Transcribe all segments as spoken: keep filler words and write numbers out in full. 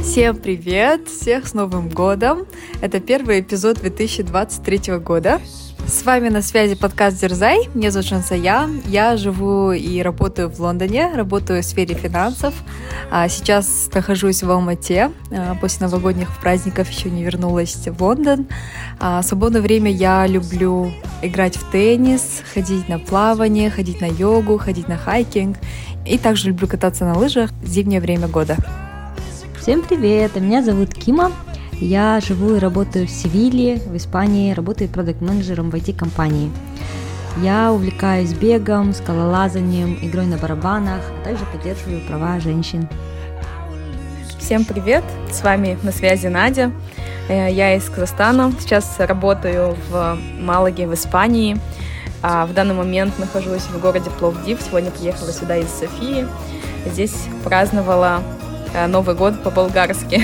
Всем привет! Всех с Новым годом! Это первый эпизод две тысячи двадцать третьего года. С вами на связи подкаст «Дерзай». Меня зовут Жансая. Я живу и работаю в Лондоне, работаю в сфере финансов. Сейчас нахожусь в Алмате. После новогодних праздников еще не вернулась в Лондон. В свободное время я люблю играть в теннис, ходить на плавание, ходить на йогу, ходить на хайкинг. И также люблю кататься на лыжах в зимнее время года. Всем привет! Меня зовут Кима. Я живу и работаю в Севилье, в Испании, работаю продакт-менеджером в ай ти-компании. Я увлекаюсь бегом, скалолазанием, игрой на барабанах, а также поддерживаю права женщин. Всем привет! С вами на связи Надя. Я из Казахстана. Сейчас работаю в Малаге, в Испании. А в данный момент нахожусь в городе Пловдив. Сегодня приехала сюда из Софии. Здесь праздновала Новый год по-болгарски.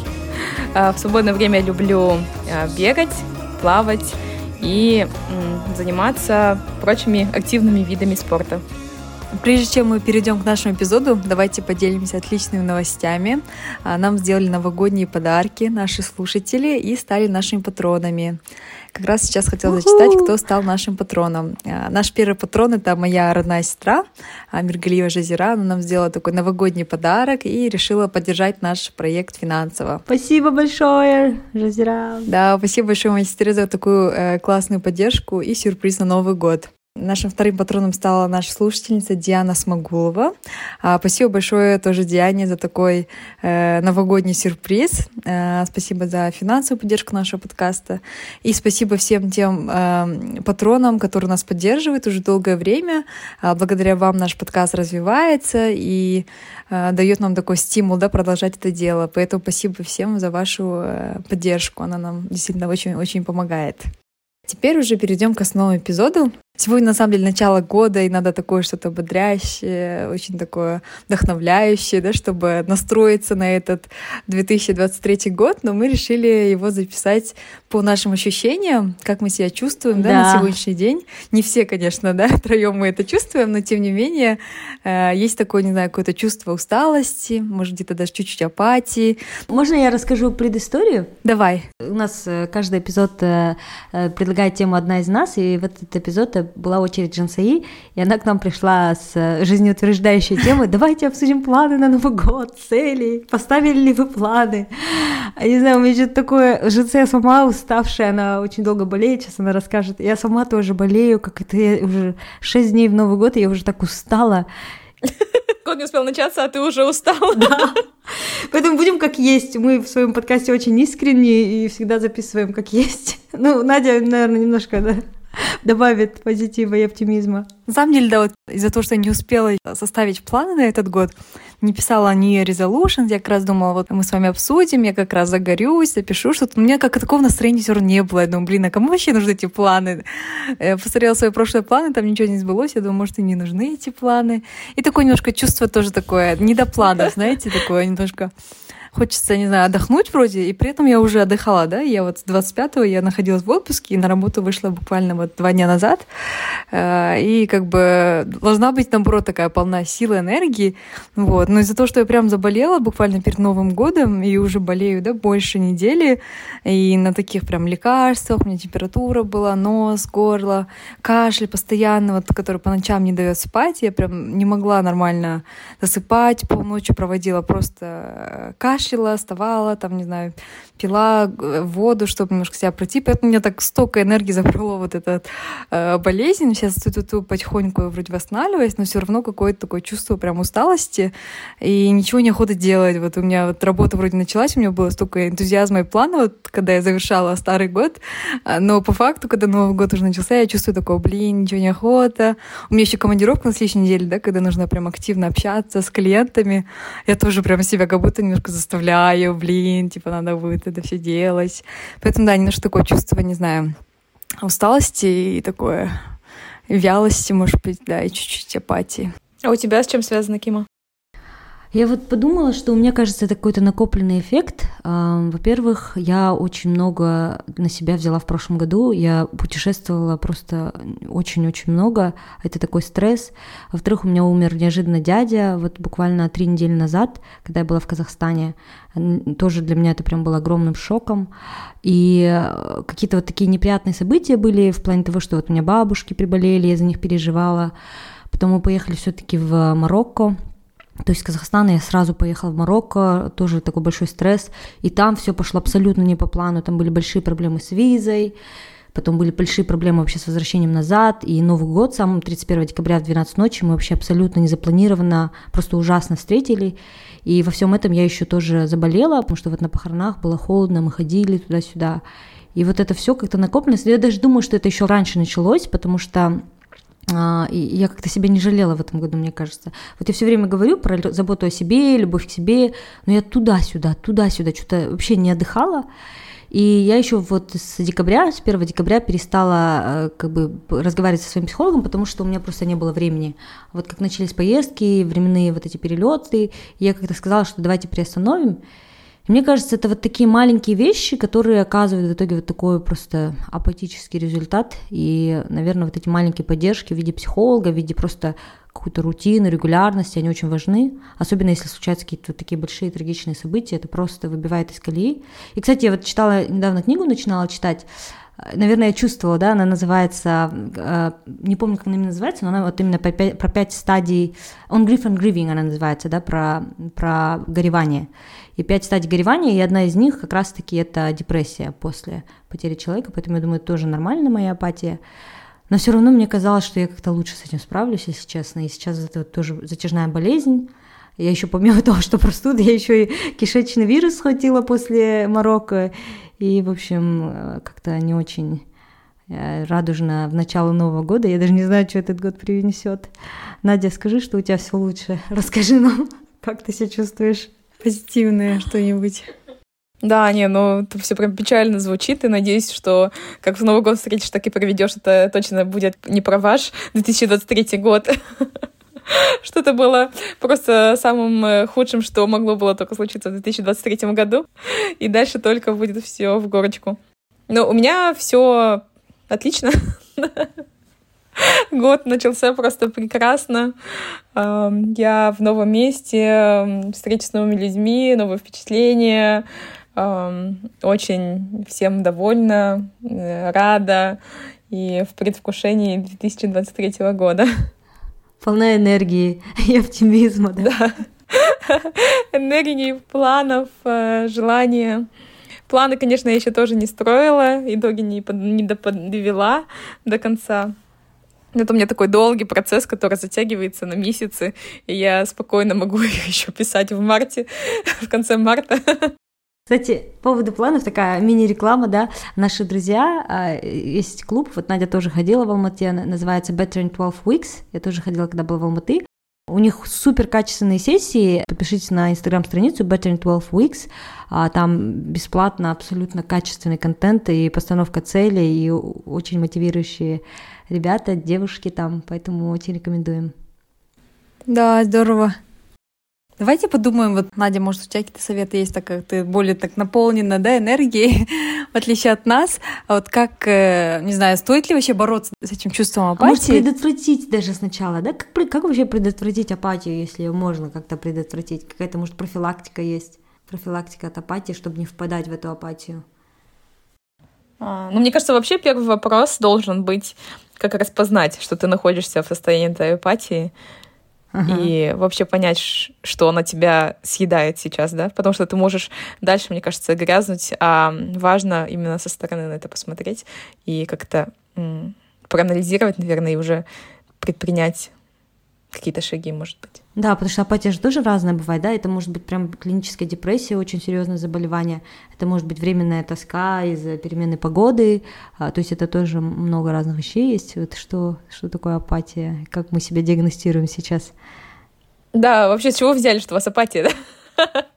В свободное время люблю бегать, плавать и заниматься прочими активными видами спорта. Прежде чем мы перейдем к нашему эпизоду, давайте поделимся отличными новостями. Нам сделали новогодние подарки наши слушатели и стали нашими патронами. Как раз сейчас хотела зачитать, кто стал нашим патроном. Наш первый патрон — это моя родная сестра Миргалиева Жазира. Она нам сделала такой новогодний подарок и решила поддержать наш проект финансово. Спасибо большое, Жазира. Да, спасибо большое моей сестре за такую э, классную поддержку и сюрприз на Новый год. Нашим вторым патроном стала наша слушательница Диана Смогулова. А, спасибо большое тоже Диане за такой э, новогодний сюрприз. Э, спасибо за финансовую поддержку нашего подкаста. И спасибо всем тем э, патронам, которые нас поддерживают уже долгое время. А, благодаря вам наш подкаст развивается и э, дает нам такой стимул, да, продолжать это дело. Поэтому спасибо всем за вашу э, поддержку. Она нам действительно очень-очень помогает. Теперь уже перейдем к основному эпизоду. Сегодня, на самом деле, начало года, и надо такое что-то бодрящее, очень такое вдохновляющее, да, чтобы настроиться на этот две тысячи двадцать третий год, но мы решили его записать по нашим ощущениям, как мы себя чувствуем, да, да, на сегодняшний день. Не все, конечно, да, втроем мы это чувствуем, но тем не менее есть такое, не знаю, какое-то чувство усталости, может, где-то даже чуть-чуть апатии. Можно я расскажу предысторию? Давай. У нас каждый эпизод предлагает тему одна из нас, и в этот эпизод была очередь Жансаи, и она к нам пришла с жизнеутверждающей темой: давайте обсудим планы на Новый год, цели, поставили ли вы планы. Я не знаю, у меня что-то такое, Жансая сама уставшая, она очень долго болеет, сейчас она расскажет. Я сама тоже болею, как это я уже шесть дней в Новый год, и я уже так устала. Год не успел начаться, а ты уже устала. Да. Поэтому будем как есть. Мы в своем подкасте очень искренние и всегда записываем как есть. Ну, Надя, наверное, немножко, да, добавит позитива и оптимизма. На самом деле, да, вот из-за того, что я не успела составить планы на этот год, не писала ни resolutions, я как раз думала, вот мы с вами обсудим, я как раз загорюсь, запишу что-то. У меня как такого настроения все равно не было. Я думаю, блин, а кому вообще нужны эти планы? Я посмотрела свои прошлые планы, там ничего не сбылось, я думаю, может, и не нужны эти планы. И такое немножко чувство тоже такое, не до планов, знаете, такое немножко... Хочется, не знаю, отдохнуть вроде, и при этом я уже отдыхала, да, я вот с двадцать пятого я находилась в отпуске, и на работу вышла буквально вот два дня назад, и как бы должна быть, наоборот, такая полна силы, энергии, вот, но из-за того, что я прям заболела буквально перед Новым годом, и уже болею, да, больше недели, и на таких прям лекарствах, у меня температура была, нос, горло, кашель постоянно, вот, который по ночам не дает спать, я прям не могла нормально засыпать, полночи проводила просто кашель, вставала, там, не знаю, пила воду, чтобы немножко себя пройти. Поэтому у меня так столько энергии забрала вот эта э, болезнь. Сейчас ту-ту-ту потихоньку вроде восстанавливаюсь, но все равно какое-то такое чувство прям усталости и ничего не охота делать. Вот у меня вот работа вроде началась, у меня было столько энтузиазма и плана, вот когда я завершала старый год, но по факту, когда Новый год уже начался, я чувствую такое, блин, ничего не охота. У меня еще командировка на следующей неделе, да, когда нужно прям активно общаться с клиентами. Я тоже прям себя как будто немножко заставляю, блин, типа надо будет это все делать. Поэтому, да, немножко такое чувство, не знаю, усталости и такое вялости, может быть, да, и чуть-чуть апатии. А у тебя с чем связано, Кима? Я вот подумала, что у меня, кажется, это какой-то накопленный эффект. Во-первых, я очень много на себя взяла в прошлом году. Я путешествовала просто очень-очень много. Это такой стресс. Во-вторых, у меня умер неожиданно дядя вот буквально три недели назад, когда я была в Казахстане. Тоже для меня это прям было огромным шоком. И какие-то вот такие неприятные события были в плане того, что вот у меня бабушки приболели, я за них переживала. Потом мы поехали все-таки в Марокко. То есть из Казахстана я сразу поехала в Марокко, тоже такой большой стресс, и там все пошло абсолютно не по плану, там были большие проблемы с визой, потом были большие проблемы вообще с возвращением назад, и Новый год, сам тридцать первого декабря в двенадцать ночи мы вообще абсолютно незапланированно, просто ужасно встретили, и во всем этом я еще тоже заболела, потому что вот на похоронах было холодно, мы ходили туда-сюда, и вот это все как-то накопилось, я даже думаю, что это еще раньше началось, потому что и я как-то себя не жалела в этом году, мне кажется. Вот я все время говорю про заботу о себе, любовь к себе, но я туда-сюда, туда-сюда, что-то вообще не отдыхала. И я еще вот с декабря, с первого декабря перестала как бы разговаривать со своим психологом, потому что у меня просто не было времени. Вот как начались поездки, временные вот эти перелеты, я как-то сказала, что давайте приостановим. И мне кажется, это вот такие маленькие вещи, которые оказывают в итоге вот такой просто апатический результат. И, наверное, вот эти маленькие поддержки в виде психолога, в виде просто какой-то рутины, регулярности, они очень важны. Особенно если случаются какие-то вот такие большие трагичные события, это просто выбивает из колеи. И, кстати, я вот читала, недавно книгу начинала читать, наверное, я чувствовала, да, она называется, не помню, как она именно называется, но она вот именно про пять, про пять стадий, on grief and grieving она называется, да, про, про горевание. И пять стадий горевания, и одна из них как раз-таки это депрессия после потери человека, поэтому я думаю, это тоже нормально, моя апатия. Но все равно мне казалось, что я как-то лучше с этим справлюсь, если честно, и сейчас это вот тоже затяжная болезнь. Я еще помимо того, что простуда, я еще и кишечный вирус схватила после Марокко, и, в общем, как-то не очень радужно в начало Нового года. Я даже не знаю, что этот год принесет. Надя, скажи, что у тебя все лучше. Расскажи нам, как ты себя чувствуешь. Позитивное что-нибудь. Да, не, ну это все прям печально звучит, и надеюсь, что как в Новый год встретишь, так и проведешь. Это точно будет не про ваш две тысячи двадцать третий год. Что-то было просто самым худшим, что могло было только случиться в две тысячи двадцать третьем году. И дальше только будет все в горочку. Но у меня все отлично. Год начался просто прекрасно. Я в новом месте, встреча с новыми людьми, новые впечатления. Очень всем довольна, рада и в предвкушении две тысячи двадцать третьего года. Полна энергии и оптимизма, да? Да. Энергии, планов, желания. Планы, конечно, я еще тоже не строила, итоги не, под, не довела до конца. Это у меня такой долгий процесс, который затягивается на месяцы, и я спокойно могу их еще писать в марте, в конце марта. Кстати, по поводу планов такая мини-реклама, да, наши друзья, есть клуб, вот Надя тоже ходила в Алмате, называется Better in twelve weeks, я тоже ходила, когда была в Алматы. У них супер качественные сессии, подпишитесь на инстаграм-страницу Better in twelve weeks, там бесплатно абсолютно качественный контент и постановка целей, и очень мотивирующие ребята, девушки там, поэтому очень рекомендуем. Да, здорово. Давайте подумаем, вот, Надя, может, у тебя какие-то советы есть, так как ты более так наполнена, да, энергией, в отличие от нас. А вот как, не знаю, стоит ли вообще бороться с этим чувством апатии? А может, предотвратить даже сначала, да? Как, как вообще предотвратить апатию, если ее можно как-то предотвратить? Какая-то, может, профилактика есть? Профилактика от апатии, чтобы не впадать в эту апатию? А, ну, мне кажется, вообще первый вопрос должен быть, как распознать, что ты находишься в состоянии этой апатии, ага. И вообще понять, что она тебя съедает сейчас, да, потому что ты можешь дальше, мне кажется, грязнуть, а важно именно со стороны на это посмотреть и как-то м- проанализировать, наверное, и уже предпринять какие-то шаги, может быть. Да, потому что апатия же тоже разная бывает, да, это может быть прям клиническая депрессия, очень серьезное заболевание, это может быть временная тоска из-за перемены погоды, а, то есть это тоже много разных вещей есть. Вот что, что такое апатия, как мы себя диагностируем сейчас? Да, вообще с чего взяли, что у вас апатия, да?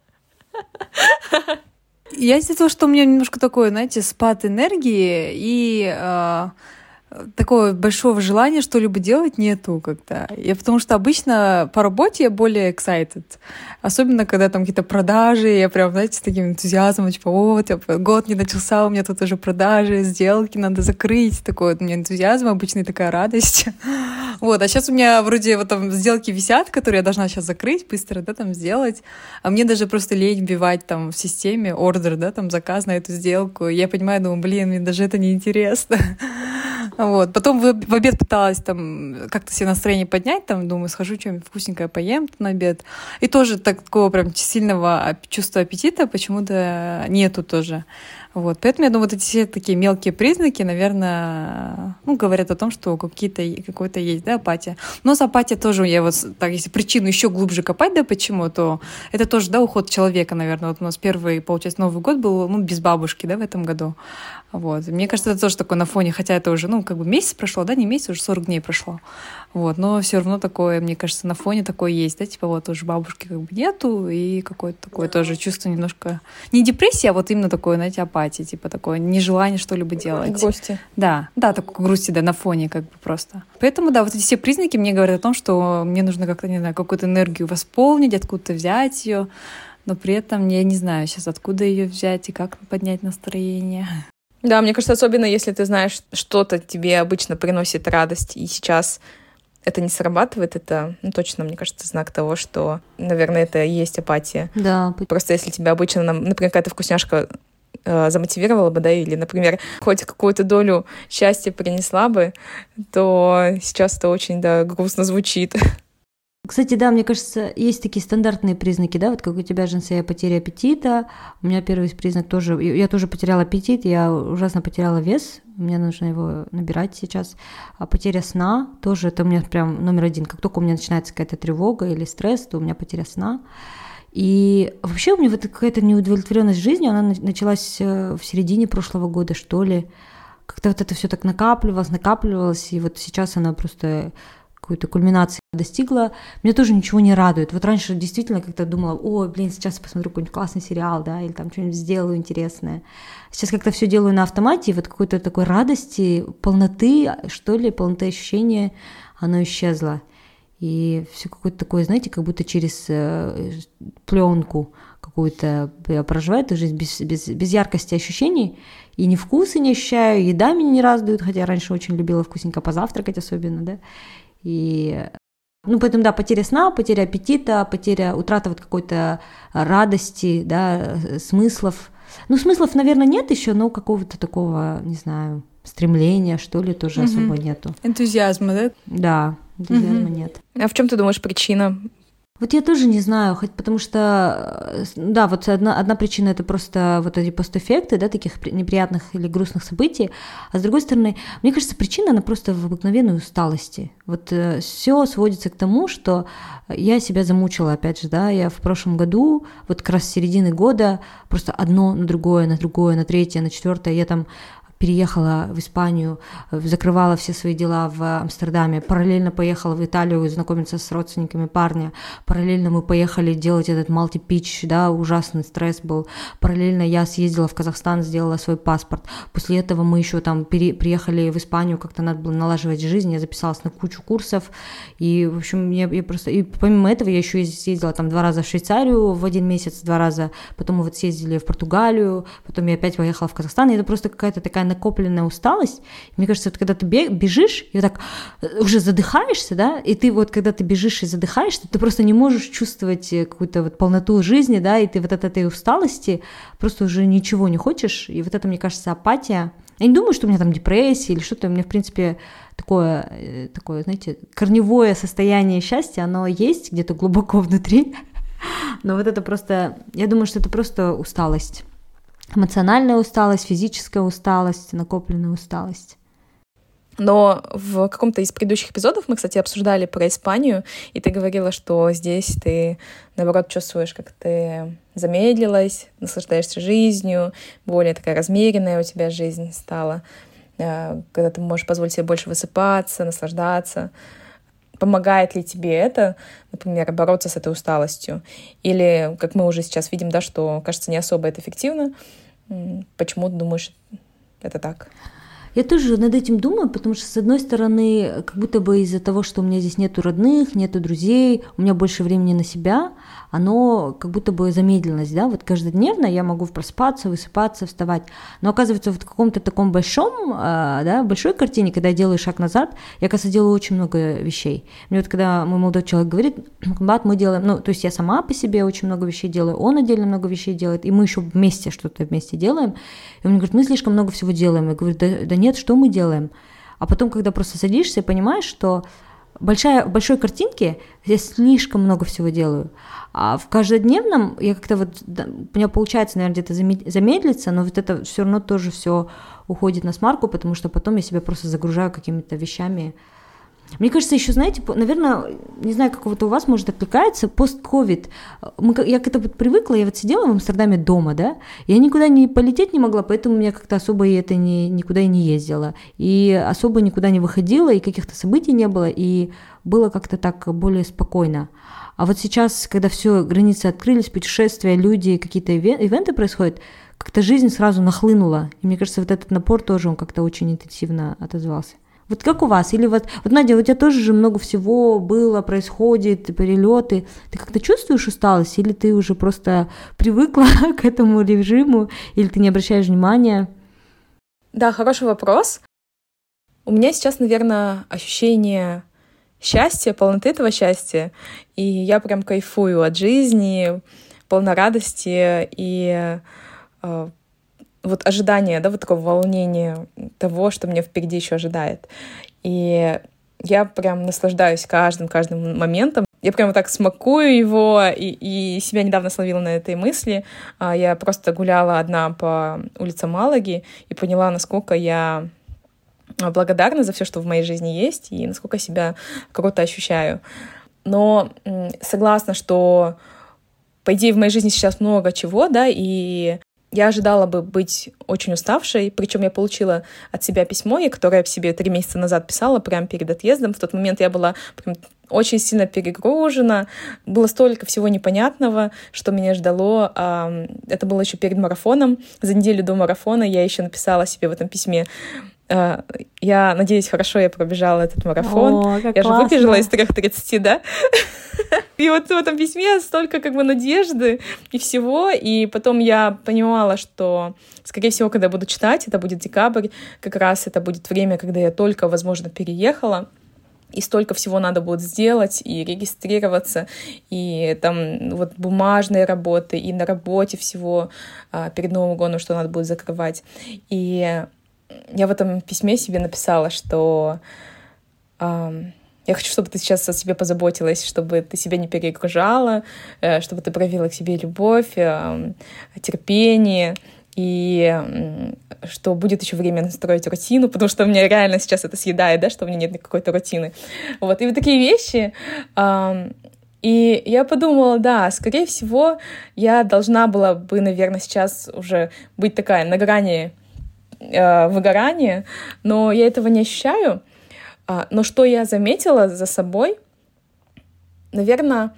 Я из-за того, что у меня немножко такой, знаете, спад энергии и... такого большого желания что-либо делать нету когда. Я, потому что обычно по работе я более excited. Особенно, когда там какие-то продажи, я прям, знаете, с таким энтузиазмом, типа, вот, год не начался, у меня тут уже продажи, сделки надо закрыть. Такой вот у меня энтузиазм, обычная такая радость. Вот, а сейчас у меня вроде вот там сделки висят, которые я должна сейчас закрыть, быстро, да, там сделать. А мне даже просто лень вбивать там в системе ордер, да, там заказ на эту сделку. Я понимаю, думаю, блин, мне даже это неинтересно. Вот. Потом в, в обед пыталась там как-то себе настроение поднять, там, думаю, схожу, что-нибудь вкусненькое поем на обед. И тоже такого прям сильного чувства аппетита почему-то нету тоже. Вот. Поэтому, я думаю, вот эти все такие мелкие признаки, наверное, ну, говорят о том, что какие-то, какой-то есть, да, апатия. Но с апатией тоже, я вот так, если причину еще глубже копать, да, почему, то это тоже, да, уход человека, наверное. Вот у нас первый, получается, Новый год был, ну, без бабушки, да, в этом году. Вот. Мне кажется, это тоже такое на фоне, хотя это уже, ну, как бы месяц прошло, да, не месяц, уже сорок дней прошло. Вот. Но все равно такое, мне кажется, на фоне такое есть, да, типа вот уже бабушки как бы нету, и какое-то такое тоже чувство немножко, не депрессия, а вот именно такое, знаете, апатия, типа такое нежелание что-либо делать. Грусти. Да, да, такой грусти, да, на фоне как бы просто. Поэтому, да, вот эти все признаки мне говорят о том, что мне нужно как-то, не знаю, какую-то энергию восполнить, откуда-то взять ее, но при этом я не знаю сейчас, откуда ее взять и как поднять настроение. Да, мне кажется, особенно если ты знаешь, что-то тебе обычно приносит радость, и сейчас это не срабатывает, это, ну, точно, мне кажется, знак того, что, наверное, это и есть апатия. Да. Просто если тебя обычно, например, какая-то вкусняшка э, замотивировала бы, да, или, например, хоть какую-то долю счастья принесла бы, то сейчас это очень, да, грустно звучит. Кстати, да, мне кажется, есть такие стандартные признаки, да, вот как у тебя, Женсея, потеря аппетита. У меня первый признак тоже, я тоже потеряла аппетит, я ужасно потеряла вес, мне нужно его набирать сейчас. А потеря сна тоже, это у меня прям номер один. Как только у меня начинается какая-то тревога или стресс, то у меня потеря сна. И вообще у меня вот какая-то неудовлетворенность жизнью, она началась в середине прошлого года, что ли. Как-то вот это все так накапливалось, накапливалось, и вот сейчас она просто какой-то кульминации достигла, меня тоже ничего не радует. Вот раньше действительно как-то думала, ой, блин, сейчас посмотрю какой-нибудь классный сериал, да, или там что-нибудь сделаю интересное. Сейчас как-то все делаю на автомате, и вот какой-то такой радости, полноты, что ли, полноты ощущения, оно исчезло. И все какое-то такое, знаете, как будто через э, пленку какую-то я проживаю эту жизнь без, без, без яркости ощущений, и ни вкуса не ощущаю, еда меня не радует, хотя я раньше очень любила вкусненько позавтракать особенно, да, и, ну, поэтому, да, потеря сна, потеря аппетита, потеря, утрата вот какой-то радости, да, смыслов. Ну, смыслов, наверное, нет еще, но какого-то такого, не знаю, стремления, что ли, тоже угу. особо нету. Энтузиазма, да? Да, энтузиазма угу. нет. А в чем ты думаешь причина? Вот я тоже не знаю, хоть потому что, да, вот одна, одна причина — это просто вот эти постэффекты, да, таких неприятных или грустных событий, а с другой стороны, мне кажется, причина, она просто в обыкновенной усталости. Вот э, все сводится к тому, что я себя замучила, опять же, да, я в прошлом году, вот как раз с середины года, просто одно на другое, на другое, на третье, на четвертое, я там переехала в Испанию, закрывала все свои дела в Амстердаме, параллельно поехала в Италию знакомиться с родственниками парня, параллельно мы поехали делать этот multi-pitch, да, ужасный стресс был, параллельно я съездила в Казахстан, сделала свой паспорт, после этого мы еще там пере- приехали в Испанию, как-то надо было налаживать жизнь, я записалась на кучу курсов, и, в общем, я, я просто, и помимо этого я еще съездила там два раза в Швейцарию в один месяц, два раза, потом мы вот съездили в Португалию, потом я опять поехала в Казахстан, и это просто какая-то такая накопленная усталость. Мне кажется, вот когда ты бежишь и вот так уже задыхаешься, да, и ты вот когда ты бежишь и задыхаешься, ты просто не можешь чувствовать какую-то вот полноту жизни, да, и ты вот от этой усталости просто уже ничего не хочешь, и вот это, мне кажется, апатия. Я не думаю, что у меня там депрессия или что-то, у меня, в принципе, такое, такое, знаете, корневое состояние счастья, оно есть где-то глубоко внутри, но вот это просто, я думаю, что это просто усталость. Эмоциональная усталость, физическая усталость, накопленная усталость. Но в каком-то из предыдущих эпизодов мы, кстати, обсуждали про Испанию, и ты говорила, что здесь ты, наоборот, чувствуешь, как ты замедлилась, наслаждаешься жизнью, более такая размеренная у тебя жизнь стала, когда ты можешь позволить себе больше высыпаться, наслаждаться. Помогает ли тебе это, например, бороться с этой усталостью? Или, как мы уже сейчас видим, да, что, кажется, не особо это эффективно. Почему ты думаешь, это так? Я тоже над этим думаю, потому что, с одной стороны, как будто бы из-за того, что у меня здесь нету родных, нету друзей, у меня больше времени на себя, оно как будто бы замедлилось, да, вот каждодневно я могу просыпаться, высыпаться, вставать, но оказывается, в каком-то таком большом, да, большой картине, когда я делаю шаг назад, я, кажется, делаю очень много вещей. Мне вот когда мой молодой человек говорит, Бат, мы делаем, ну, то есть я сама по себе очень много вещей делаю, он отдельно много вещей делает, и мы еще вместе что-то вместе делаем, и он мне говорит, мы слишком много всего делаем, я говорю, да, да нет, что мы делаем? А потом, когда просто садишься и понимаешь, что большая, в большой картинке я слишком много всего делаю, а в каждодневном я как-то вот, да, у меня получается, наверное, где-то замедлиться, но вот это все равно тоже все уходит на смарку, потому что потом я себя просто загружаю какими-то вещами. Мне кажется, еще, знаете, наверное, не знаю, как вот у вас, может, откликается, пост-ковид. Я к этому привыкла, я вот сидела в Амстердаме дома, да, я никуда не полететь не могла, поэтому у меня как-то особо и это не, никуда и не ездила, и особо никуда не выходила, и каких-то событий не было, и было как-то так более спокойно. А вот сейчас, когда все, границы открылись, путешествия, люди, какие-то ивенты происходят, как-то жизнь сразу нахлынула, и мне кажется, вот этот напор тоже, он как-то очень интенсивно отозвался. Вот как у вас? Или вот, вот, Надя, у тебя тоже же много всего было, происходит, перелеты. Ты как-то чувствуешь усталость? Или ты уже просто привыкла к этому режиму? Или ты не обращаешь внимания? Да, хороший вопрос. У меня сейчас, наверное, ощущение счастья, полноты этого счастья. И я прям кайфую от жизни, полна радости и... вот ожидание, да, вот такое волнение того, что меня впереди еще ожидает. И я прям наслаждаюсь каждым, каждым моментом. Я прям вот так смакую его, и, и себя недавно словила на этой мысли. Я просто гуляла одна по улицам Малаги и поняла, насколько я благодарна за все, что в моей жизни есть, и насколько себя круто ощущаю. Но согласна, что, по идее, в моей жизни сейчас много чего, да, и я ожидала бы быть очень уставшей, причем я получила от себя письмо, которое я себе три месяца назад писала, прямо перед отъездом. В тот момент я была прям очень сильно перегружена, было столько всего непонятного, что меня ждало. Это было еще перед марафоном. За неделю до марафона я еще написала себе в этом письме: я надеюсь, хорошо я пробежала этот марафон. О, я классно. же выбежала из трех тридцати, да? И вот в этом письме столько как бы надежды и всего. И потом я понимала, что, скорее всего, когда я буду читать, это будет декабрь, как раз это будет время, когда я только, возможно, переехала. И столько всего надо будет сделать, и регистрироваться, и там вот бумажные работы, и на работе всего а, перед Новым годом, что надо будет закрывать. И я в этом письме себе написала, что а, я хочу, чтобы ты сейчас о себе позаботилась, чтобы ты себя не перегружала, чтобы ты проявила к себе любовь, терпение, и что будет еще время настроить рутину, потому что у меня реально сейчас это съедает, да, что у меня нет какой-то рутины. Вот, и вот такие вещи. И я подумала, да, скорее всего, я должна была бы, наверное, сейчас уже быть такая на грани выгорания, но я этого не ощущаю. Но что я заметила за собой, наверное,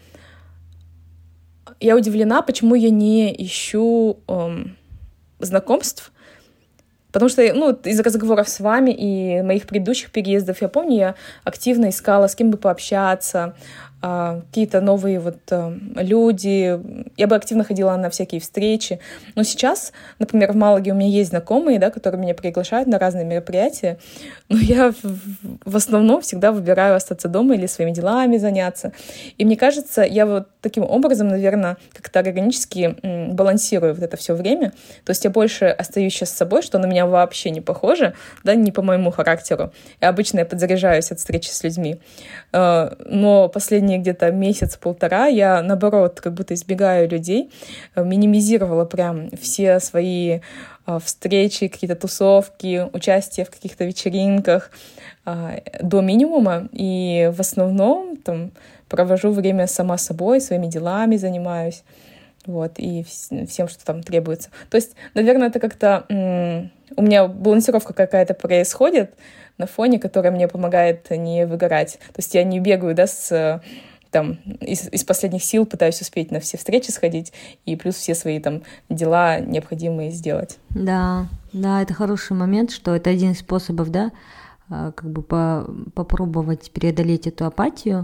я удивлена, почему я не ищу эм, знакомств, потому что, ну, из разговоров с вами и моих предыдущих переездов, я помню, я активно искала, с кем бы пообщаться, э, какие-то новые вот э, люди. Я бы активно ходила на всякие встречи. Но сейчас, например, в Малаге у меня есть знакомые, да, которые меня приглашают на разные мероприятия, но я в, в основном всегда выбираю остаться дома или своими делами заняться. И мне кажется, я вот таким образом, наверное, как-то органически м, балансирую вот это все время. То есть я больше остаюсь сейчас с собой, что на меня вообще не похоже, да, не по моему характеру. И обычно я подзаряжаюсь от встречи с людьми. Э, но последние где-то месяц-полтора я, наоборот, как будто избегаю людей, минимизировала прям все свои встречи, какие-то тусовки, участие в каких-то вечеринках до минимума. И в основном там провожу время сама собой, своими делами занимаюсь. Вот, и всем, что там требуется. То есть, наверное, это как-то м- у меня балансировка какая-то происходит на фоне, которая мне помогает не выгорать. То есть я не бегаю, да, с там из, из последних сил пытаюсь успеть на все встречи сходить и плюс все свои там дела необходимые сделать. Да, да, это хороший момент, что это один из способов, да, как бы по, попробовать преодолеть эту апатию.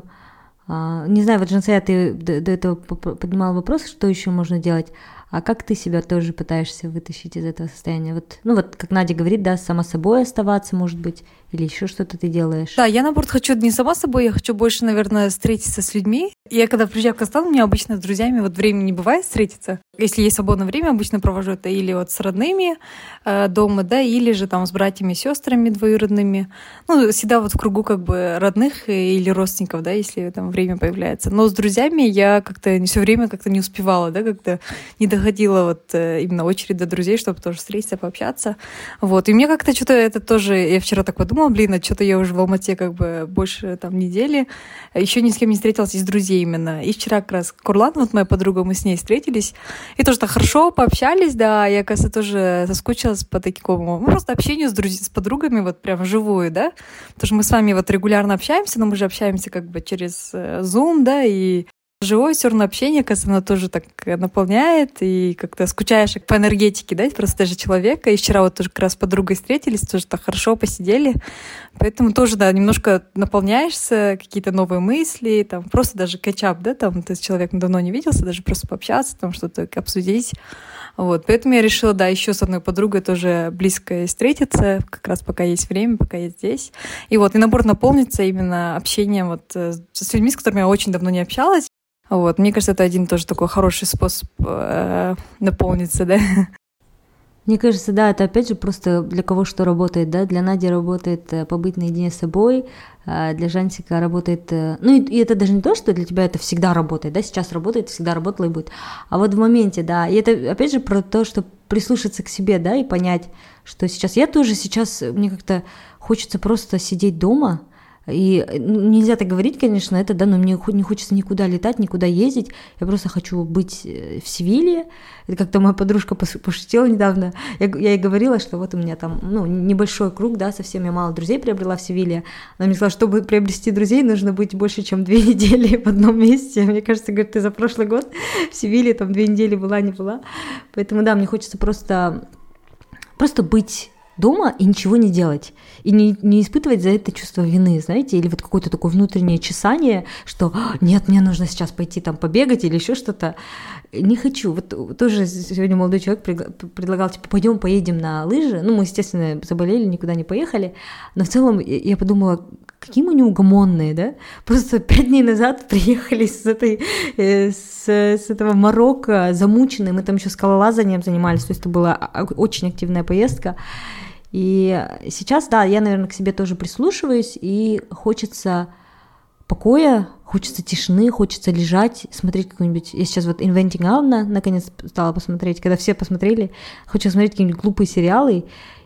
Не знаю, вот, Жансая, ты до, до этого поднимала вопрос, что еще можно делать. А как ты себя тоже пытаешься вытащить из этого состояния? Вот, ну вот, как Надя говорит, да, сама собой оставаться, может быть, или еще что-то ты делаешь? Да, я, наоборот, хочу не сама собой, я хочу больше, наверное, встретиться с людьми. Я, когда приезжаю в Казахстан, у меня обычно с друзьями вот времени не бывает встретиться. Если есть свободное время, обычно провожу это или вот с родными э, дома, да, или же там с братьями, сестрами двоюродными. Ну, всегда вот в кругу как бы родных или родственников, да, если там время появляется. Но с друзьями я как-то все время как-то не успевала, да, как-то не доходила вот э, именно очередь до друзей, чтобы тоже встретиться, пообщаться. Вот. И мне как-то что-то это тоже... Я вчера так подумала, блин, а что-то я уже в Алмате как бы больше там недели. Еще ни с кем не встретилась из друзей именно. И вчера как раз Курлан, вот моя подруга, мы с ней встретились. И тоже так хорошо пообщались, да. Я, кажется, тоже соскучилась по такому, ну, просто общению с, друз... с подругами вот прям вживую, да. Потому что мы с вами вот регулярно общаемся, но мы же общаемся как бы через Zoom, да, и живое все равно общение, кажется, оно тоже так наполняет, и как-то скучаешь по энергетике, да, просто даже человека. И вчера вот тоже как раз с подругой встретились, тоже так хорошо посидели. Поэтому тоже, да, немножко наполняешься, какие-то новые мысли, там просто даже кэтчап, да, там ты с человеком давно не виделся, даже просто пообщаться, там что-то обсудить. Вот, поэтому я решила, да, еще с одной подругой тоже близко встретиться, как раз пока есть время, пока я здесь. И вот, и наоборот, наполнится именно общением вот с людьми, с которыми я очень давно не общалась. Вот, мне кажется, это один тоже такой хороший способ э, наполниться, да. Мне кажется, да, это опять же просто для кого что работает, да, для Нади работает побыть наедине с собой, для Жансика работает, ну и, и это даже не то, что для тебя это всегда работает, да, сейчас работает, всегда работало и будет, а вот в моменте, да, и это опять же про то, что прислушаться к себе, да, и понять, что сейчас, я тоже сейчас, мне как-то хочется просто сидеть дома. И нельзя так говорить, конечно, это, да, но мне не хочется никуда летать, никуда ездить. Я просто хочу быть в Севилье. Это как-то моя подружка пошутила недавно. Я, я ей говорила, что вот у меня там, ну, небольшой круг, да, совсем я мало друзей приобрела в Севилье. Она мне сказала, чтобы приобрести друзей, нужно быть больше, чем две недели в одном месте. Мне кажется, говорит, ты за прошлый год в Севилье там две недели была, не была. Поэтому, да, мне хочется просто, просто быть дома и ничего не делать, и не, не испытывать за это чувство вины, знаете, или вот какое-то такое внутреннее чесание, что нет, мне нужно сейчас пойти там побегать или еще что-то. Не хочу. Вот тоже сегодня молодой человек предлагал, типа, пойдем поедем на лыжи. Ну, мы, естественно, заболели, никуда не поехали, но в целом я подумала, какие мы неугомонные, да? Просто пять дней назад приехали с, этой, с, с этого Марокко замученные, мы там еще скалолазанием занимались, то есть это была очень активная поездка. И сейчас, да, я, наверное, к себе тоже прислушиваюсь, и хочется покоя, хочется тишины, хочется лежать, смотреть какой-нибудь... Я сейчас вот Inventing Anna наконец стала посмотреть, когда все посмотрели, хочу смотреть какие-нибудь глупые сериалы,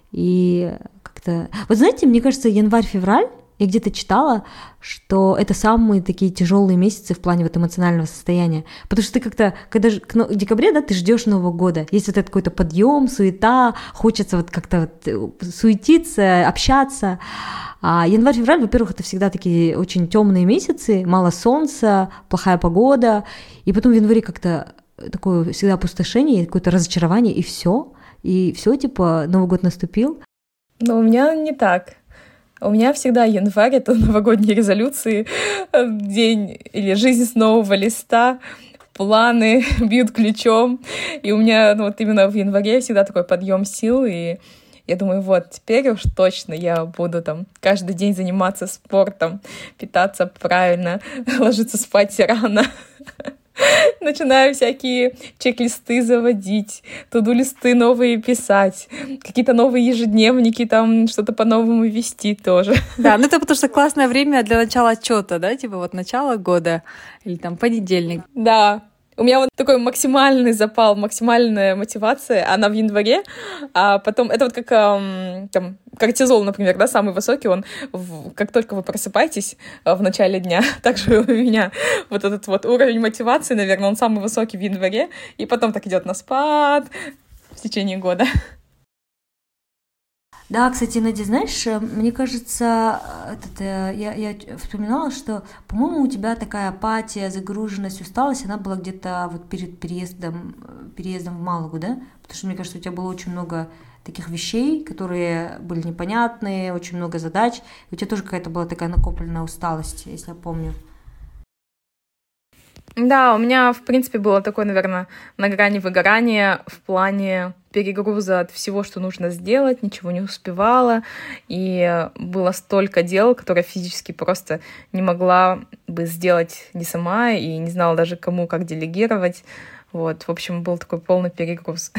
и как-то... Вот знаете, мне кажется, январь-февраль, я где-то читала, что это самые такие тяжелые месяцы в плане вот эмоционального состояния. Потому что ты как-то, когда в декабре, да, ты ждешь Нового года, есть вот этот какой-то подъем, суета, хочется вот как-то вот суетиться, общаться. А январь-февраль, во-первых, это всегда такие очень темные месяцы, мало солнца, плохая погода. И потом в январе как-то такое всегда опустошение, какое-то разочарование, и все. И все, типа, Новый год наступил. Но у меня не так. У меня всегда январь — это новогодние резолюции, день или жизнь с нового листа, планы бьют ключом. И у меня ну, вот именно в январе всегда такой подъем сил, и я думаю, вот теперь уж точно я буду там каждый день заниматься спортом, питаться правильно, ложиться спать рано. Начинаю всякие чек-листы заводить, туду-листы новые писать, какие-то новые ежедневники, там что-то по-новому вести тоже. Да, ну это потому что классное время для начала отчета, да, типа вот начало года или там понедельник. Да. У меня вот такой максимальный запал, максимальная мотивация, она в январе, а потом, это вот как эм, там, кортизол, например, да, самый высокий, он, в, как только вы просыпаетесь э, в начале дня, также у меня вот этот вот уровень мотивации, наверное, он самый высокий в январе, и потом так идет на спад в течение года. Да, кстати, Надя, знаешь, мне кажется, этот, я, я вспоминала, что, по-моему, у тебя такая апатия, загруженность, усталость, она была где-то вот перед переездом, переездом в Малагу, да? Потому что, мне кажется, у тебя было очень много таких вещей, которые были непонятные, очень много задач, и у тебя тоже какая-то была такая накопленная усталость, если я помню. Да, у меня, в принципе, было такое, наверное, на грани выгорания в плане перегруза от всего, что нужно сделать, ничего не успевала, и было столько дел, которые физически просто не могла бы сделать не сама, и не знала даже кому, как делегировать. Вот, в общем, был такой полный перегруз.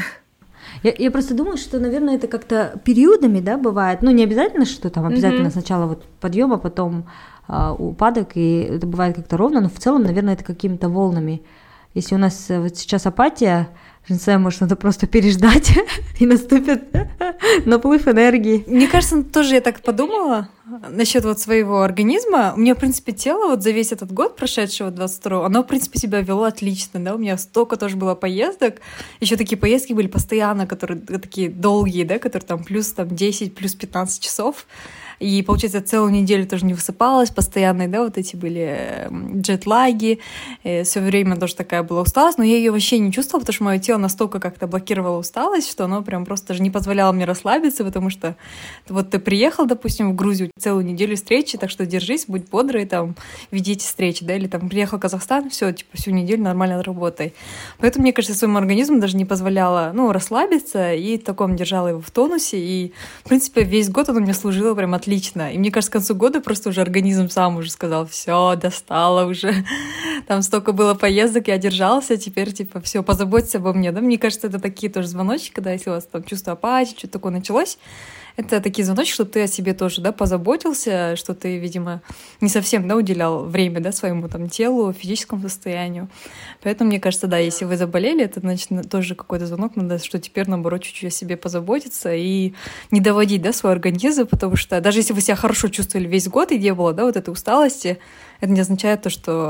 Я, я просто думаю, что, наверное, это как-то периодами, да, бывает. Ну, не обязательно, что там обязательно mm-hmm. сначала вот подъем, а потом а, упадок, и это бывает как-то ровно, но в целом, наверное, это какими-то волнами. Если у нас вот сейчас апатия, Женсая, может, надо просто переждать, и наступит наплыв энергии. Мне кажется, тоже я так подумала насчет вот своего организма. У меня, в принципе, тело вот за весь этот год прошедшего, двадцать второго, оно, в принципе, себя вело отлично, да, у меня столько тоже было поездок, еще такие поездки были постоянно, которые такие долгие, да, которые там плюс там десять, плюс пятнадцать часов. И, получается, целую неделю тоже не высыпалась, постоянные, да, вот эти были джетлаги, все время тоже такая была усталость, но я ее вообще не чувствовала, потому что мое тело настолько как-то блокировало усталость, что оно прям просто даже не позволяло мне расслабиться, потому что вот ты приехал, допустим, в Грузию, целую неделю встречи, так что держись, будь бодрый, там, ведите встречи, да, или там приехал в Казахстан, все, типа, всю неделю нормально работай. Поэтому, мне кажется, своему организму даже не позволяла, ну, расслабиться, и в таком держала его в тонусе, и, в принципе, весь год он у меня служил прям отлично. И мне кажется, к концу года просто уже организм сам уже сказал: все, достало уже. Там столько было поездок, я держался, теперь типа все, позаботься обо мне. Да? Мне кажется, это такие тоже звоночки, когда если у вас там чувство апатии, что-то такое началось, это такие звоночки, что ты о себе тоже, да, позаботился, что ты, видимо, не совсем, да, уделял время, да, своему там телу, физическому состоянию. Поэтому, мне кажется, да, если вы заболели, это, значит, тоже какой-то звонок, надо, что теперь, наоборот, чуть-чуть о себе позаботиться и не доводить, да, свой организм, потому что даже если вы себя хорошо чувствовали весь год и не было, да, вот этой усталости, это не означает то,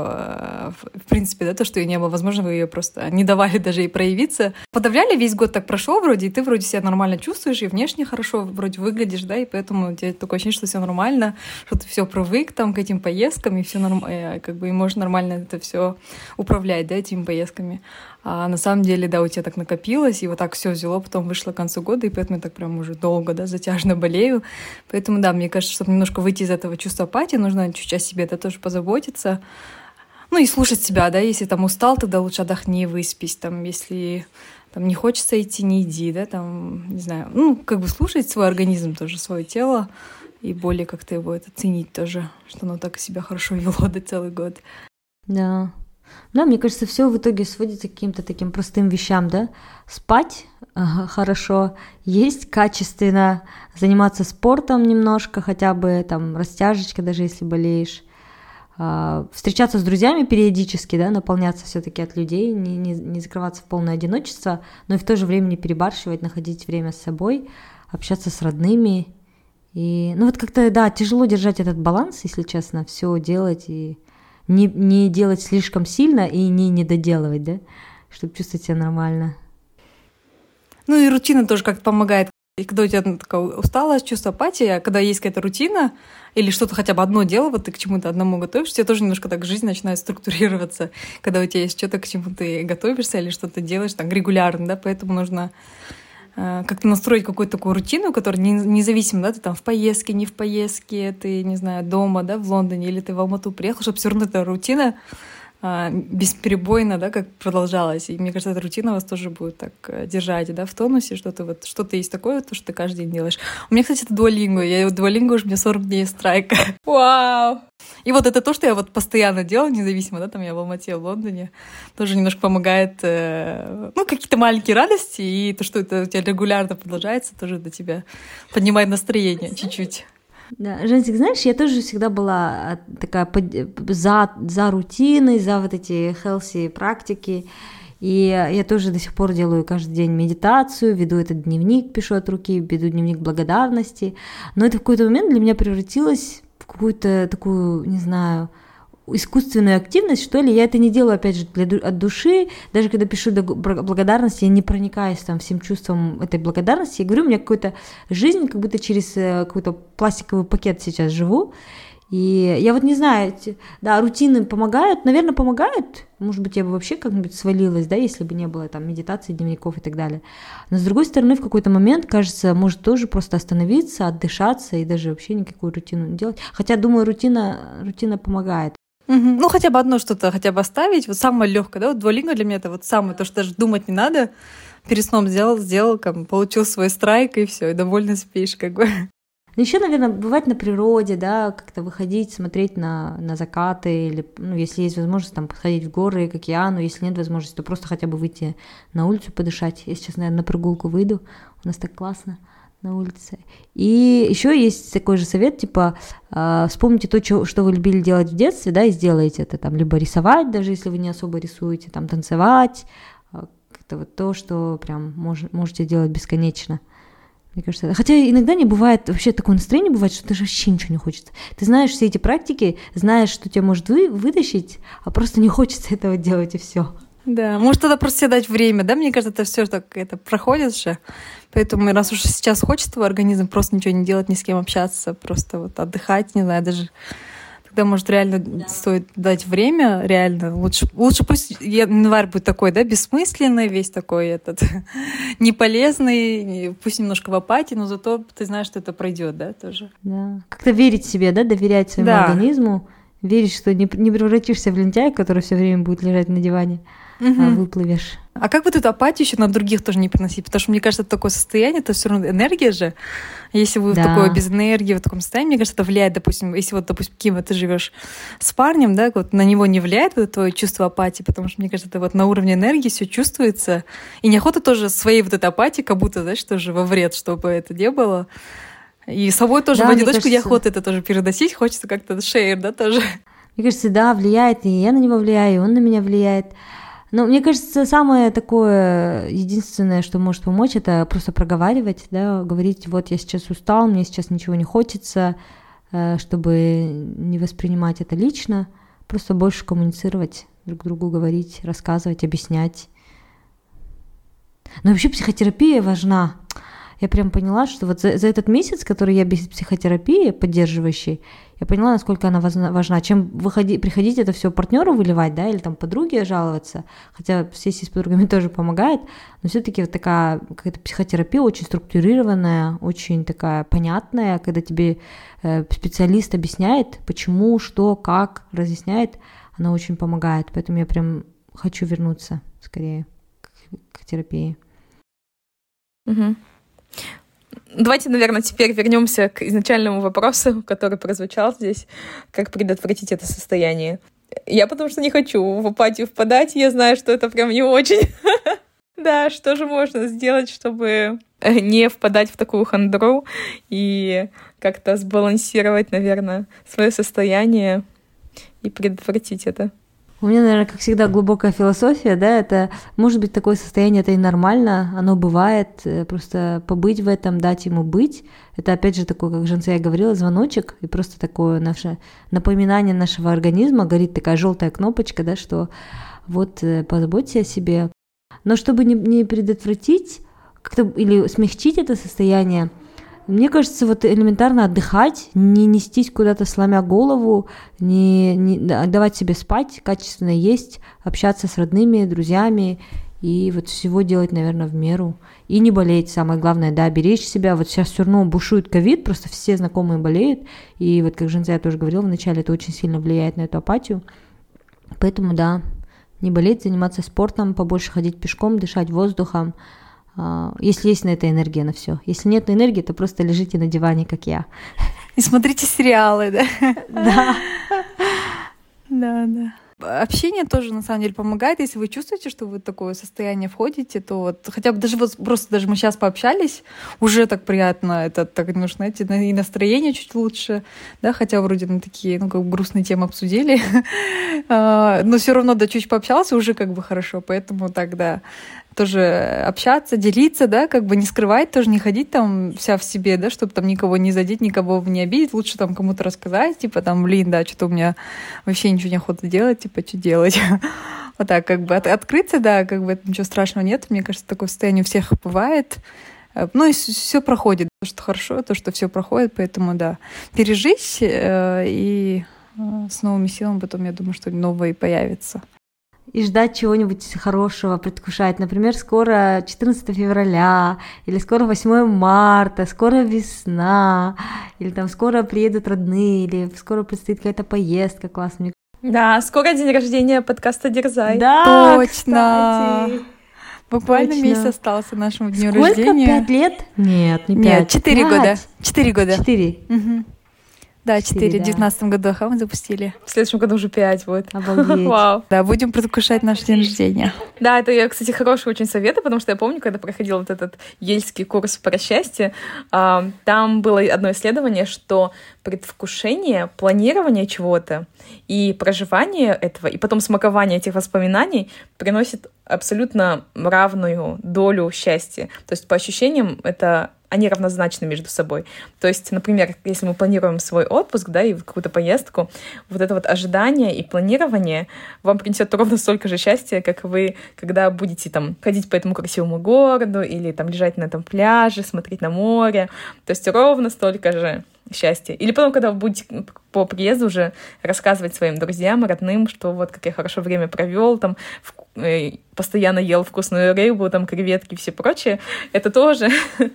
что, в принципе, да, то, что ее не было, возможно, вы ее просто не давали даже и проявиться. Подавляли, весь год так прошел вроде, и ты вроде себя нормально чувствуешь, и внешне хорошо вроде выглядишь, да, и поэтому у тебя такое ощущение, что все нормально, что ты все привык там к этим поездкам, и все нормально, как бы, и можешь нормально это все управлять, да, этими поездками. А на самом деле, да, у тебя так накопилось, и вот так все взяло, потом вышло к концу года, и поэтому я так прям уже долго, да, затяжно болею. Поэтому, да, мне кажется, чтобы немножко выйти из этого чувства апатии, нужно чуть-чуть о себе, да, тоже позаботиться. Ну и слушать себя, да, если там устал, тогда лучше отдохни, выспись, там, если там не хочется идти, не иди, да, там, не знаю, ну, как бы слушать свой организм тоже, свое тело, и более как-то его это ценить тоже, что оно так себя хорошо вело до целый год. Да. Да, мне кажется, все в итоге сводится к каким-то таким простым вещам, да? Спать ага, хорошо, есть качественно, заниматься спортом немножко, хотя бы там растяжечка, даже если болеешь, а, встречаться с друзьями периодически, да, наполняться все-таки от людей, не, не, не закрываться в полное одиночество, но и в то же время не перебарщивать, находить время с собой, общаться с родными. И, ну вот как-то, да, тяжело держать этот баланс, если честно, все делать и Не, не делать слишком сильно и не недоделывать, да, чтобы чувствовать себя нормально. Ну и рутина тоже как-то помогает. И когда у тебя такая усталость, чувство апатии, а когда есть какая-то рутина или что-то хотя бы одно дело, вот ты к чему-то одному готовишься, у тебя тоже немножко так жизнь начинает структурироваться, когда у тебя есть что-то, к чему ты готовишься или что-то делаешь так регулярно, да, поэтому нужно как-то настроить какую-то такую рутину, которая независимо, да, ты там в поездке, не в поездке, ты, не знаю, дома, да, в Лондоне, или ты в Алмату приехал, чтобы все равно эта рутина а, бесперебойно, да, как продолжалась. И мне кажется, эта рутина вас тоже будет так держать, да, в тонусе, что-то вот, что-то есть такое, то, что ты каждый день делаешь. У меня, кстати, это Duolingo. Я Duolingo уже, мне сорок дней страйка. Вау! И вот это то, что я вот постоянно делаю, независимо, да, там я в Алмате, в Лондоне, тоже немножко помогает, э, ну, какие-то маленькие радости, и то, что это у тебя регулярно продолжается, тоже для тебя поднимает настроение чуть-чуть. Да, Женсик, знаешь, я тоже всегда была такая под, за, за рутиной, за вот эти healthy практики, и я тоже до сих пор делаю каждый день медитацию, веду этот дневник, пишу от руки, веду дневник благодарности, но это в какой-то момент для меня превратилось в какую-то такую, не знаю, искусственную активность, что ли, я это не делаю, опять же, для, от души, даже когда пишу благодарность, я не проникаюсь там всем чувством этой благодарности, я говорю, у меня какая-то жизнь, как будто через какой-то пластиковый пакет сейчас живу, и я вот не знаю, да, рутины помогают, наверное, помогают, может быть, я бы вообще как-нибудь свалилась, да, если бы не было там медитации, дневников и так далее, но с другой стороны, в какой-то момент, кажется, может тоже просто остановиться, отдышаться и даже вообще никакую рутину не делать, хотя, думаю, рутина, рутина помогает. Угу. Ну, хотя бы одно что-то хотя бы оставить. Вот самое легкое, да, вот Duolingo для меня это вот самое, то, что даже думать не надо. Перед сном сделал, сделал, как, получил свой страйк, и все, и довольно спишь, как бы. Еще, наверное, бывать на природе, да, как-то выходить, смотреть на, на закаты, или, ну, если есть возможность, там, подходить в горы, к океану, если нет возможности, то просто хотя бы выйти на улицу подышать. Я сейчас, наверное, на прогулку выйду, у нас так классно на улице. И еще есть такой же совет, типа, э, вспомните то, что, что вы любили делать в детстве, да, и сделайте это, там, либо рисовать, даже если вы не особо рисуете, там, танцевать, э, как-то вот то, что прям мож, можете делать бесконечно. Мне кажется, хотя иногда не бывает, вообще такое настроение бывает, что даже вообще ничего не хочется. Ты знаешь все эти практики, знаешь, что тебя может вы, вытащить, а просто не хочется этого делать, и все. Да, может тогда просто себе дать время, да, мне кажется, это все так это проходит же, поэтому раз уж сейчас хочет твой организм просто ничего не делать, ни с кем общаться, просто вот отдыхать, не знаю, даже тогда, может, реально стоит дать время, реально, лучше, лучше пусть январь будет такой, да, бессмысленный, весь такой этот, неполезный, пусть немножко в апатии, но зато ты знаешь, что это пройдет, да, тоже. Да, как-то верить себе, да, доверять своему да. организму, верить, что не, не превратишься в лентяя, который все время будет лежать на диване, угу. а выплывешь. А как вот эту апатию еще на других тоже не приносить? Потому что, мне кажется, это такое состояние, это все равно энергия же. Если вы да. в такой без энергии, в таком состоянии, мне кажется, это влияет, допустим, если вот, допустим, кем ты живешь с парнем, да, вот на него не влияет вот твое чувство апатии, потому что, мне кажется, это вот на уровне энергии все чувствуется. И неохота тоже своей вот этой апатии, как будто, знаешь, тоже во вред, чтобы это не было. И собой тоже да, в одиночку неохота это тоже переносить, хочется как-то шейр, да, тоже. Мне кажется, да, влияет, и я на него влияю, и он на меня влияет. Но мне кажется, самое такое, единственное, что может помочь, это просто проговаривать, да, говорить, вот я сейчас устал, мне сейчас ничего не хочется, чтобы не воспринимать это лично, просто больше коммуницировать, друг другу говорить, рассказывать, объяснять. Но вообще психотерапия важна. Я прям поняла, что вот за, за этот месяц, который я без психотерапии поддерживающей, я поняла, насколько она важна. Чем выходи, приходить это все партнеру выливать, да, или там подруге жаловаться, хотя сессии с подругами тоже помогает, но все-таки вот такая какая-то психотерапия очень структурированная, очень такая понятная, когда тебе э, специалист объясняет, почему, что, как, разъясняет, она очень помогает. Поэтому я прям хочу вернуться скорее к, к терапии. Угу. Давайте, наверное, теперь вернемся к изначальному вопросу, который прозвучал здесь, как предотвратить это состояние. Я потому что не хочу в апатию впадать, я знаю, что это прям не очень. Да, что же можно сделать, чтобы не впадать в такую хандру и как-то сбалансировать, наверное, свое состояние и предотвратить это? У меня, наверное, как всегда, глубокая философия, да, это, может быть, такое состояние, это и нормально, оно бывает, просто побыть в этом, дать ему быть, это, опять же, такое, как Жансея говорила, звоночек, и просто такое наше напоминание нашего организма, горит такая желтая кнопочка, да, что вот позаботься о себе. Но чтобы не, не предотвратить как-то или смягчить это состояние, мне кажется, вот элементарно отдыхать, не нестись куда-то сломя голову, не, не давать себе спать, качественно есть, общаться с родными, друзьями и вот всего делать, наверное, в меру. И не болеть, самое главное, да, беречь себя. Вот сейчас все равно бушует ковид, просто все знакомые болеют. И вот как Жансея тоже говорила вначале, это очень сильно влияет на эту апатию. Поэтому, да, не болеть, заниматься спортом, побольше ходить пешком, дышать воздухом. Если есть на это энергия на все. Если нет энергии, то просто лежите на диване, как я. И смотрите сериалы, да? Да. Да, да. Общение тоже, на самом деле, помогает. Если вы чувствуете, что вы в такое состояние входите, то вот хотя бы даже вот просто даже мы сейчас пообщались, уже так приятно, это так немножко, знаете, и настроение чуть лучше, да, хотя вроде мы такие, ну, как бы грустные темы обсудили, но все равно, да, чуть пообщался, уже как бы хорошо, поэтому так, да, тоже общаться, делиться, да, как бы не скрывать, тоже не ходить там вся в себе, да, чтобы там никого не задеть, никого не обидеть. Лучше там кому-то рассказать, типа там, блин, да, что-то у меня вообще ничего не охота делать, типа, что делать. Вот так, как бы от, открыться, да, как бы ничего страшного нет. Мне кажется, такое состояние у всех бывает. Ну и все проходит, то, что хорошо, то, что все проходит, поэтому, да, пережить э, и с новыми силами потом, я думаю, что новое и появится. И ждать чего-нибудь хорошего, предвкушать. Например, скоро четырнадцатого февраля, или скоро восьмого марта, скоро весна, или там скоро приедут родные, или скоро предстоит какая-то поездка классная. Да, скоро день рождения подкаста «Дерзай». Да, точно. Кстати. Буквально Точно. месяц остался нашему дню Сколько? рождения. Пять лет? Нет, не пять. Нет, четыре года. Четыре года. Четыре. Угу. Да, четыре. Четыре, В да. девятнадцатом году ха, мы запустили. В следующем году уже пять будет. Обалдеть. Вау. Да, будем предвкушать наш день рождения. Да, это, кстати, хороший очень совет, потому что я помню, когда проходила вот этот ельский курс про счастье, а, там было одно исследование, что предвкушение, планирование чего-то и проживание этого, и потом смакование этих воспоминаний приносит абсолютно равную долю счастья. То есть по ощущениям это они равнозначны между собой. То есть, например, если мы планируем свой отпуск, да, и какую-то поездку, вот это вот ожидание и планирование вам принесет ровно столько же счастья, как вы, когда будете там ходить по этому красивому городу или там лежать на этом пляже, смотреть на море. То есть ровно столько же счастья. Или потом, когда вы будете по приезду уже рассказывать своим друзьям, родным, что вот как я хорошо время провел, там э, постоянно ел вкусную рыбу, там креветки и все прочее, это тоже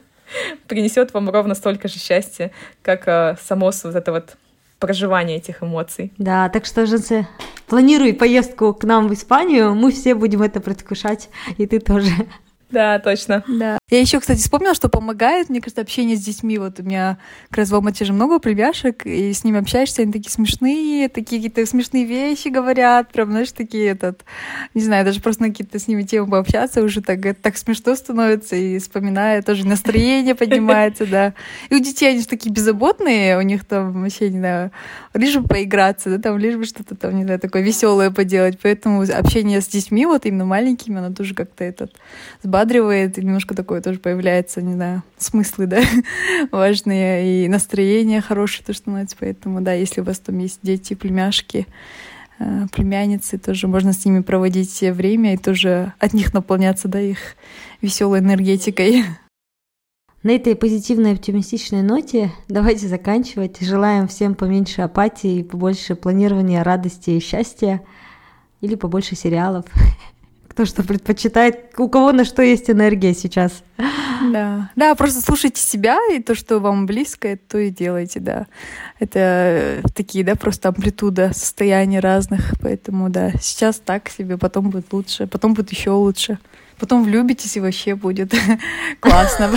принесет вам ровно столько же счастья, как э, само вот это вот проживание этих эмоций. Да, так что, Женцы, планируй поездку к нам в Испанию, мы все будем это предвкушать, и ты тоже. Да, точно. Да. Я еще, кстати, вспомнила, что помогает, мне кажется, общение с детьми. Вот у меня как раз в Алмате же много племяшек, и с ними общаешься, они такие смешные, такие какие-то смешные вещи говорят, прям, знаешь, такие, этот, не знаю, даже просто на какие-то с ними темы пообщаться уже так, так смешно становится, и вспоминая, тоже настроение поднимается, да. И у детей они же такие беззаботные, у них там вообще, не знаю, лишь бы поиграться, да, там лишь бы что-то там, не знаю, такое веселое поделать, поэтому общение с детьми, вот именно маленькими, оно тоже как-то этот взбадривает, и немножко такое тоже появляется, не знаю, смыслы, да, важные, и настроение хорошее то становится, поэтому, да, если у вас там есть дети, племяшки, племянницы, тоже можно с ними проводить время и тоже от них наполняться, да, их веселой энергетикой. На этой позитивной, оптимистичной ноте давайте заканчивать. Желаем всем поменьше апатии, побольше планирования, радости и счастья, или побольше сериалов. Кто что предпочитает, у кого на что есть энергия сейчас. Да, да, просто слушайте себя, и то, что вам близко, то и делайте, да. Это такие, да, просто амплитуда состояний разных, поэтому, да, сейчас так себе, потом будет лучше, потом будет еще лучше. Потом влюбитесь, и вообще будет классно.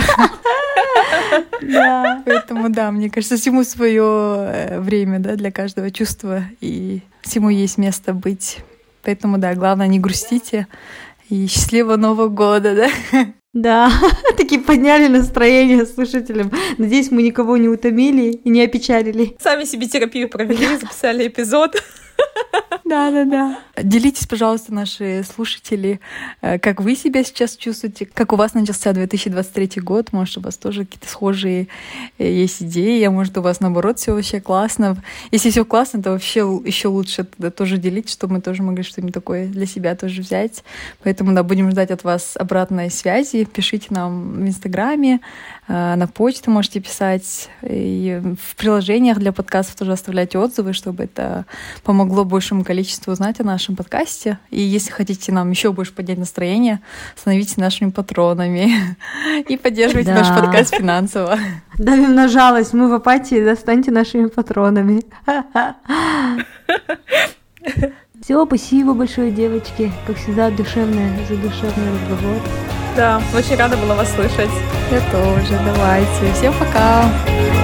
Да, поэтому, да, мне кажется, всему свое время, да, для каждого чувства, и всему есть место быть. Поэтому, да, главное, не грустите. И счастливого Нового года, да? Да, таки подняли настроение слушателям. Надеюсь, мы никого не утомили и не опечалили. Сами себе терапию провели, записали эпизод. Да, да, да. Делитесь, пожалуйста, наши слушатели, как вы себя сейчас чувствуете, как у вас начался две тысячи двадцать третий год, может, у вас тоже какие-то схожие есть идеи, а может, у вас, наоборот, все вообще классно. Если все классно, то вообще еще лучше тогда тоже делитесь, чтобы мы тоже могли что-нибудь такое для себя тоже взять. Поэтому, да, будем ждать от вас обратной связи. Пишите нам в Инстаграме, на почту можете писать, и в приложениях для подкастов тоже оставляйте отзывы, чтобы это помогло большему количеству узнать о нашем подкасте. И если хотите нам еще больше поднять настроение, становитесь нашими патронами и поддерживайте да. наш подкаст финансово. Давим на жалость, мы в апатии, достаньте нашими патронами. Все, спасибо большое, девочки. Как всегда, душевный, задушевный разговор. Да, очень рада была вас слышать. Я тоже. Давайте. Всем пока.